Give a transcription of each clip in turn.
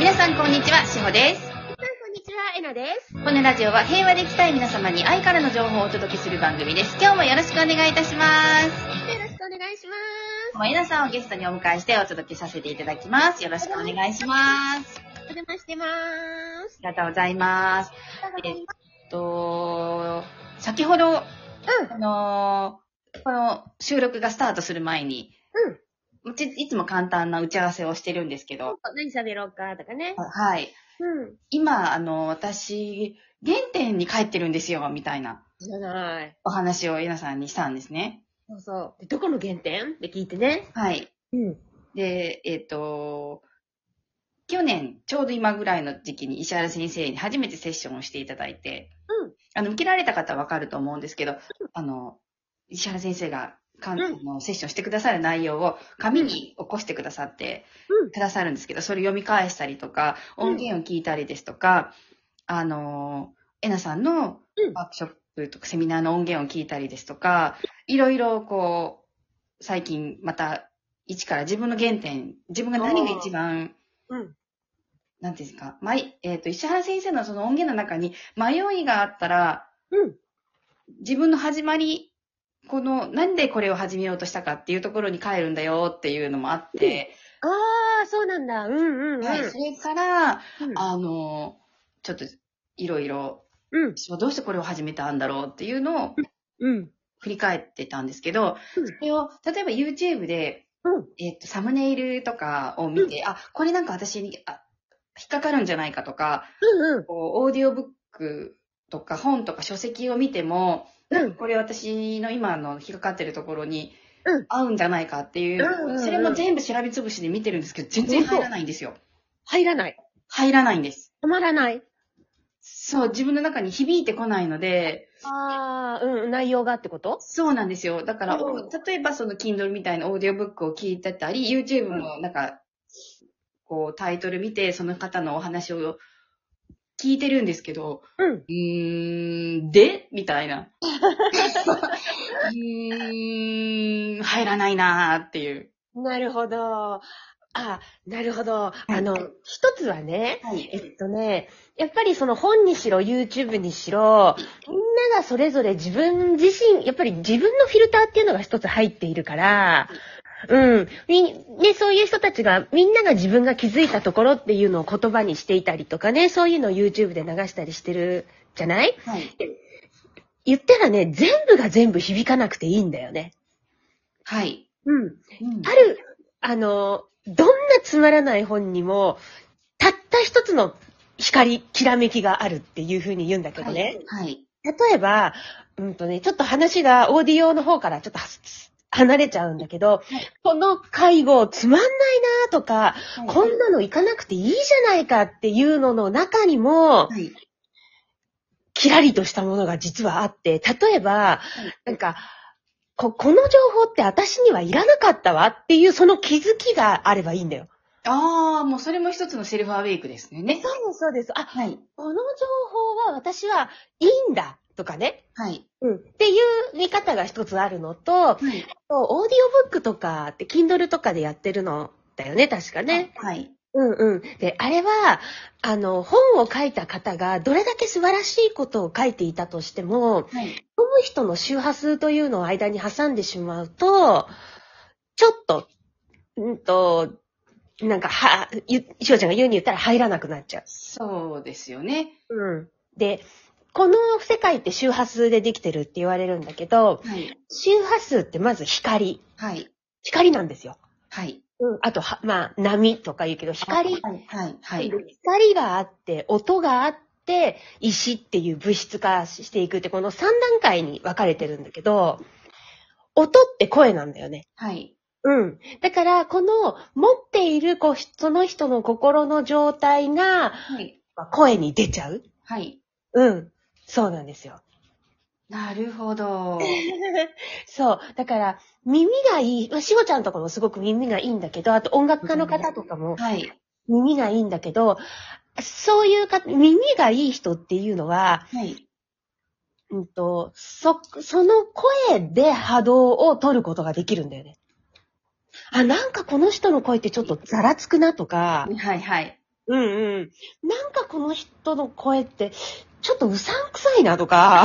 皆さんこんにちは、しほです。 こんにちは、えなです。 このラジオは平和で生きたい皆様に愛からの情報をお届けする番組です。今日もよろしくお願いいたします。 よろしくお願いします。 えなさんをゲストにお迎えしてお届けさせていただきます。よろしくお願いします。 お邪魔してます。 ありがとうございます。先ほど、この収録がスタートする前に、いつも簡単な打ち合わせをしてるんですけど。 何喋ろうかとかね。 はい。今、私、原点に帰ってるんですよ、みたいな。お話を皆さんにしたんですね。 そうそう。どこの原点って聞いてね。 はい。で、去年、ちょうど今ぐらいの時期に石原先生に初めてセッションをしていただいて、受けられた方はわかると思うんですけど、石原先生がセッションしてくださる内容を紙に起こしてくださってくださるんですけど、それ読み返したりとか、音源を聞いたりですとか、えなさんのワークショップとかセミナーの音源を聞いたりですとか、いろいろこう、最近また一から自分の原点、自分が何が一番、なんていうんですか、石原先生のその音源の中に迷いがあったら、自分の始まり、なんでこれを始めようとしたかっていうところに帰るんだよっていうのもあって。 ああ、そうなんだ。 はい。それから、ちょっといろいろ、どうしてこれを始めたんだろうっていうのを、振り返ってたんですけど、それを、例えば YouTube で、サムネイルとかを見て、これなんか私に、引っかかるんじゃないかとか、オーディオブックとか本とか書籍を見ても、これ私の今の引っかかってるところに合うんじゃないかっていう、それも全部調べつぶしで見てるんですけど、全然入らないんですよ。 入らないんです。 止まらない。 そう、自分の中に響いてこないので。 内容がってこと？ そうなんですよ。だから、例えばその Kindle みたいなオーディオブックを聞いてたり、YouTube もなんか、タイトル見てその方のお話を聞いてるんですけど、でみたいな。入らないなーっていう。 なるほど。なるほど。一つはね、やっぱりその本にしろ、YouTube にしろ、みんながそれぞれ自分自身、やっぱり自分のフィルターっていうのが一つ入っているから、そういう人たちが、みんなが自分が気づいたところっていうのを言葉にしていたりとかね、そういうのを YouTube で流したりしてるじゃない？はい。言ったらね、全部が全部響かなくていいんだよね。 はい。 どんなつまらない本にも、たった一つの光、きらめきがあるっていうふうに言うんだけどね。 はい。 例えば、ちょっと話がオーディオの方からちょっと離れちゃうんだけど、この介護つまんないなとか、こんなの行かなくていいじゃないかっていうのの中にも、キラリとしたものが実はあって、例えば、この情報って私にはいらなかったわっていうその気づきがあればいいんだよ。 もうそれも一つのセルフアウェイクですね。 そうです。この情報は私はいいんだとかね。っていう見方が一つあるのと、オーディオブックとかって Kindle とかでやってるのだよね、確かね。で、あれは、本を書いた方がどれだけ素晴らしいことを書いていたとしても、読む人の周波数というのを間に挟んでしまうと、ちょっと、しおちゃんが言うに言ったら入らなくなっちゃう。 そうですよね。 で、この世界って周波数でできてるって言われるんだけど、周波数ってまず光。光なんですよ。あと、波とか言うけど、光があって、音があって、石っていう物質化していくって、この3段階に分かれてるんだけど、音って声なんだよね。だから、この持っているその人の心の状態が、声に出ちゃう。そうなんですよ。 なるほど。 そう。だから、耳がいい。しほちゃんとかもすごく耳がいいんだけど、あと音楽家の方とかも、耳がいいんだけど、そういう耳がいい人っていうのは、その声で波動を取ることができるんだよね。なんかこの人の声ってちょっとざらつくなとか、 うんうん。なんかこの人の声って、ちょっとうさんくさいなとか。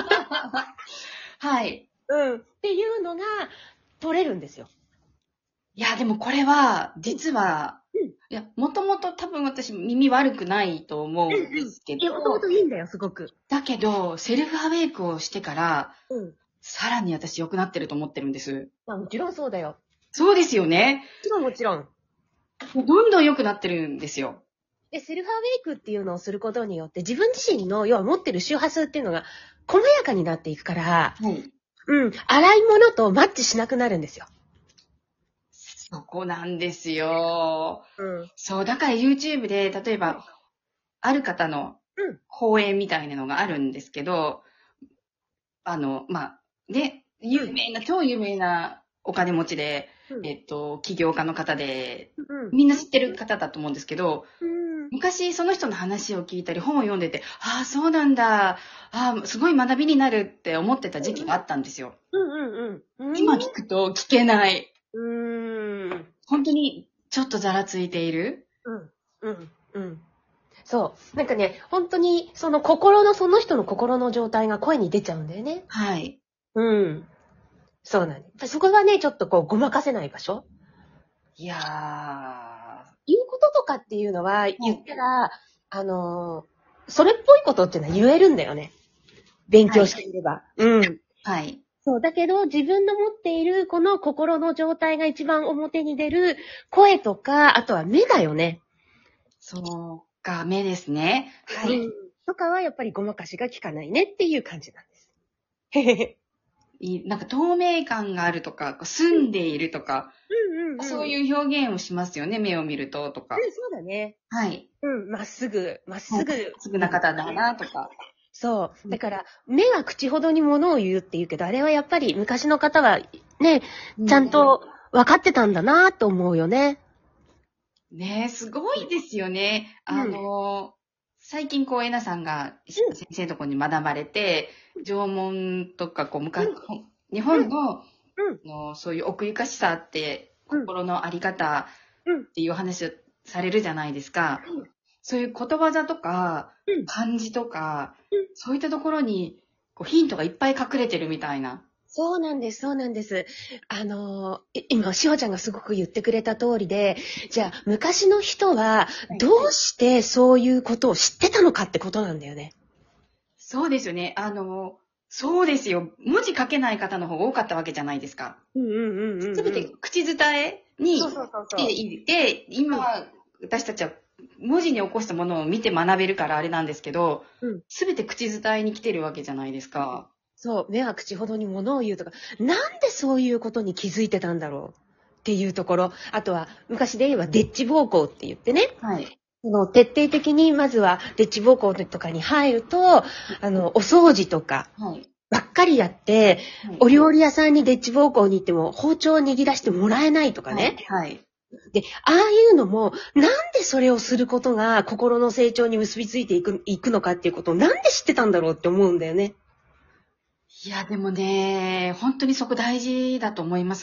はい。 うん。っていうのが取れるんですよ。 いや、でもこれは、実は、 うん。 いや、もともと多分私耳悪くないと思うんですけど、 もともといいんだよ、すごく。 だけど、セルフアウェイクをしてから、 うん。 さらに私良くなってると思ってるんです。 まあもちろんそうだよ。 そうですよね。 もちろんもちろん。 どんどん良くなってるんですよ。 で、セルフアウェイクっていうのをすることによって、自分自身の、要は持ってる周波数っていうのが、細やかになっていくから、 はい。 うん、洗い物とマッチしなくなるんですよ。 そこなんですよ。 うん。 そう、だから YouTube で、例えば、ある方のうん。 講演みたいなのがあるんですけど、まあ、ね、超有名なお金持ちで、 うん。 起業家の方で、 うん。 みんな知ってる方だと思うんですけど、 うん。 昔その人の話を聞いたり本を読んでて、ああ、そうなんだ、ああ、すごい学びになるって思ってた時期があったんですよ。 うんうん。 今聞くと聞けない。 うん。 本当にちょっとざらついている。 うん。うん。うん。そう。なんかね、本当に、その人の心の状態が声に出ちゃうんだよね。 はい。 うん。そうなんです。そこがね、ちょっとこう、ごまかせない場所。 いやー。 言うこととかっていうのは、言ったら、それっぽいことっていうのは言えるんだよね。勉強していれば。うん。 はい。 そう。だけど、自分の持っているこの心の状態が一番表に出る声とか、あとは目だよね。 そうか、目ですね。はい。 うん。とかはやっぱりごまかしが効かないねっていう感じなんです。へへへ。 なんか透明感があるとか、澄んでいるとか、そうう。 いう表現をしますよね、目を見るととか。 そうだね。 はい。 うん、まっすぐ。 まっすぐな方だなとか。 そう。だから、目は口ほどに物を言うって言うけど、あれはやっぱり昔の方はね、ちゃんと分かってたんだなと思うよね。 ねえ、すごいですよね。最近えなさんが石田先生のところに学ばれて、縄文とか日本の、そういう奥ゆかしさって、心のあり方っていう話をされるじゃないですか。そういうことわざとか、漢字とか、そういったところにヒントがいっぱい隠れてるみたいな。 そうなんです、そうなんです。今、しほちゃんがすごく言ってくれた通りで、じゃあ、昔の人は、どうしてそういうことを知ってたのかってことなんだよね。 そうですよね。そうですよ。文字書けない方の方が多かったわけじゃないですか。すべて口伝えにしていて、今、私たちは文字に起こしたものを見て学べるからあれなんですけど、すべて口伝えに来てるわけじゃないですか。 そう、目は口ほどに物を言うとか、なんでそういうことに気づいてたんだろうっていうところ。あとは、昔で言えば、デッチ奉公って言ってね。 はい。 徹底的に、まずは、デッチ奉公とかに入ると、お掃除とか、ばっかりやって、お料理屋さんにデッチ奉公に行っても、包丁を握らしてもらえないとかね。 はい。 で、ああいうのも、なんでそれをすることが心の成長に結びついていくのかっていうことを、なんで知ってたんだろうって思うんだよね。 いや、でもね、本当にそこ大事だと思います。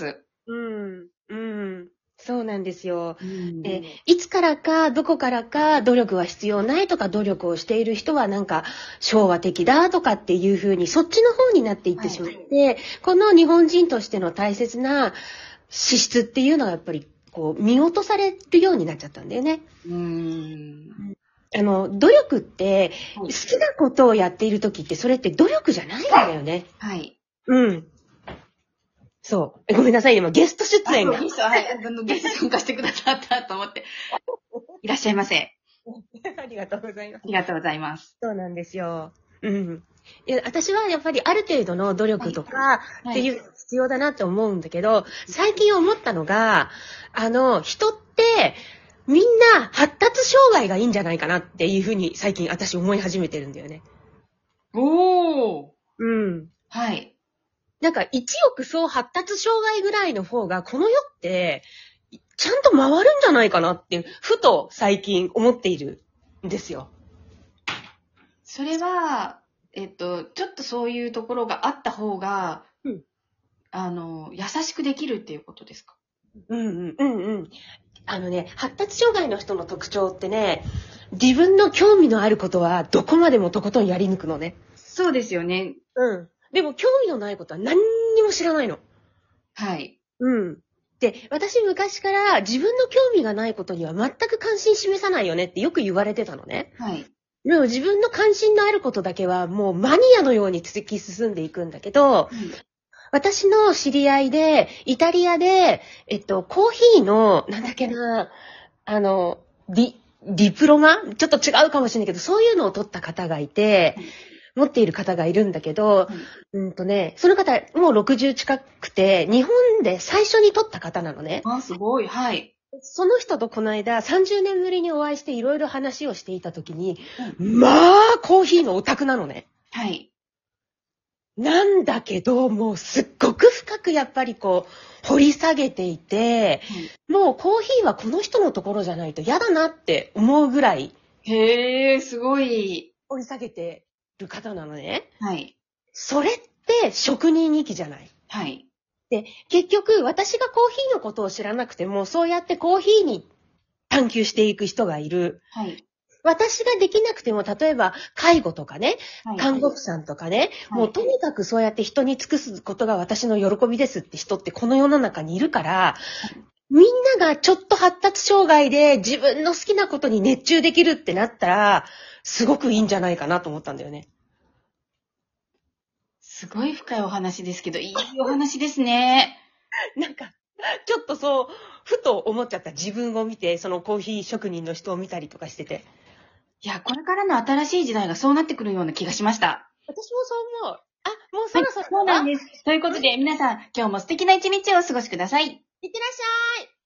そうなんですよ。いつからか、どこからか努力は必要ないとか、努力をしている人はなんか昭和的だとかっていうふうに、そっちの方になっていってしまって、この日本人としての大切な資質っていうのがやっぱりこう見落とされるようになっちゃったんだよね。努力って、好きなことをやっているときって、それって努力じゃないんだよね。 はい。 そう。ごめんなさい、今ゲスト出演が。 はい。ゲスト参加してくださったと思って。いらっしゃいませ。 ありがとうございます。 ありがとうございます。 そうなんですよ。私はやっぱりある程度の努力とかっていう必要だなって思うんだけど、最近思ったのが、人ってみんな発達障害がいいんじゃないかなっていうふうに最近私思い始めてるんだよね。 おー。 はい。なんか一億総発達障害ぐらいの方がこの世ってちゃんと回るんじゃないかなってふと最近思っているんですよ。 それは、ちょっとそういうところがあった方が、優しくできるっていうことですか？ 発達障害の人の特徴ってね、自分の興味のあることはどこまでもとことんやり抜くのね。 そうですよね。 うん。でも興味のないことは何にも知らないの。 はい。 うん。で、私昔から自分の興味がないことには全く関心示さないよねってよく言われてたのね。 はい。 でも自分の関心のあることだけはもうマニアのように突き進んでいくんだけど、私の知り合いで、イタリアで、コーヒーの、なんだっけな、ディプロマちょっと違うかもしれないけど、そういうのを取った方がいて、持っている方がいるんだけど、その方、もう60近くて、日本で最初に取った方なのね。 あ、すごい。はい。 その人とこの間、30年ぶりにお会いしていろいろ話をしていたときに、まあ、コーヒーのオタクなのね。 はい。 なんだけど、もうすっごく深くやっぱりこう、掘り下げていて、もうコーヒーはこの人のところじゃないと嫌だなって思うぐらい。 へー、すごい。 掘り下げてる方なのね。 はい。 それって職人日記じゃない。 はい。 で、結局私がコーヒーのことを知らなくても、そうやってコーヒーに探求していく人がいる。 はい。 私ができなくても、例えば介護とかね、看護婦さんとかね、もうとにかくそうやって人に尽くすことが私の喜びですって人ってこの世の中にいるから、みんながちょっと発達障害で自分の好きなことに熱中できるってなったら、すごくいいんじゃないかなと思ったんだよね。 すごい深いお話ですけど、いいお話ですね。 なんか、ちょっとそう、ふと思っちゃった。自分を見て、そのコーヒー職人の人を見たりとかしてて。 いや、これからの新しい時代がそうなってくるような気がしました。 私もそう思う。あ、もうそろそろ、 そうなんです。ということで、皆さん、今日も素敵な一日をお過ごしください。 いってらっしゃい。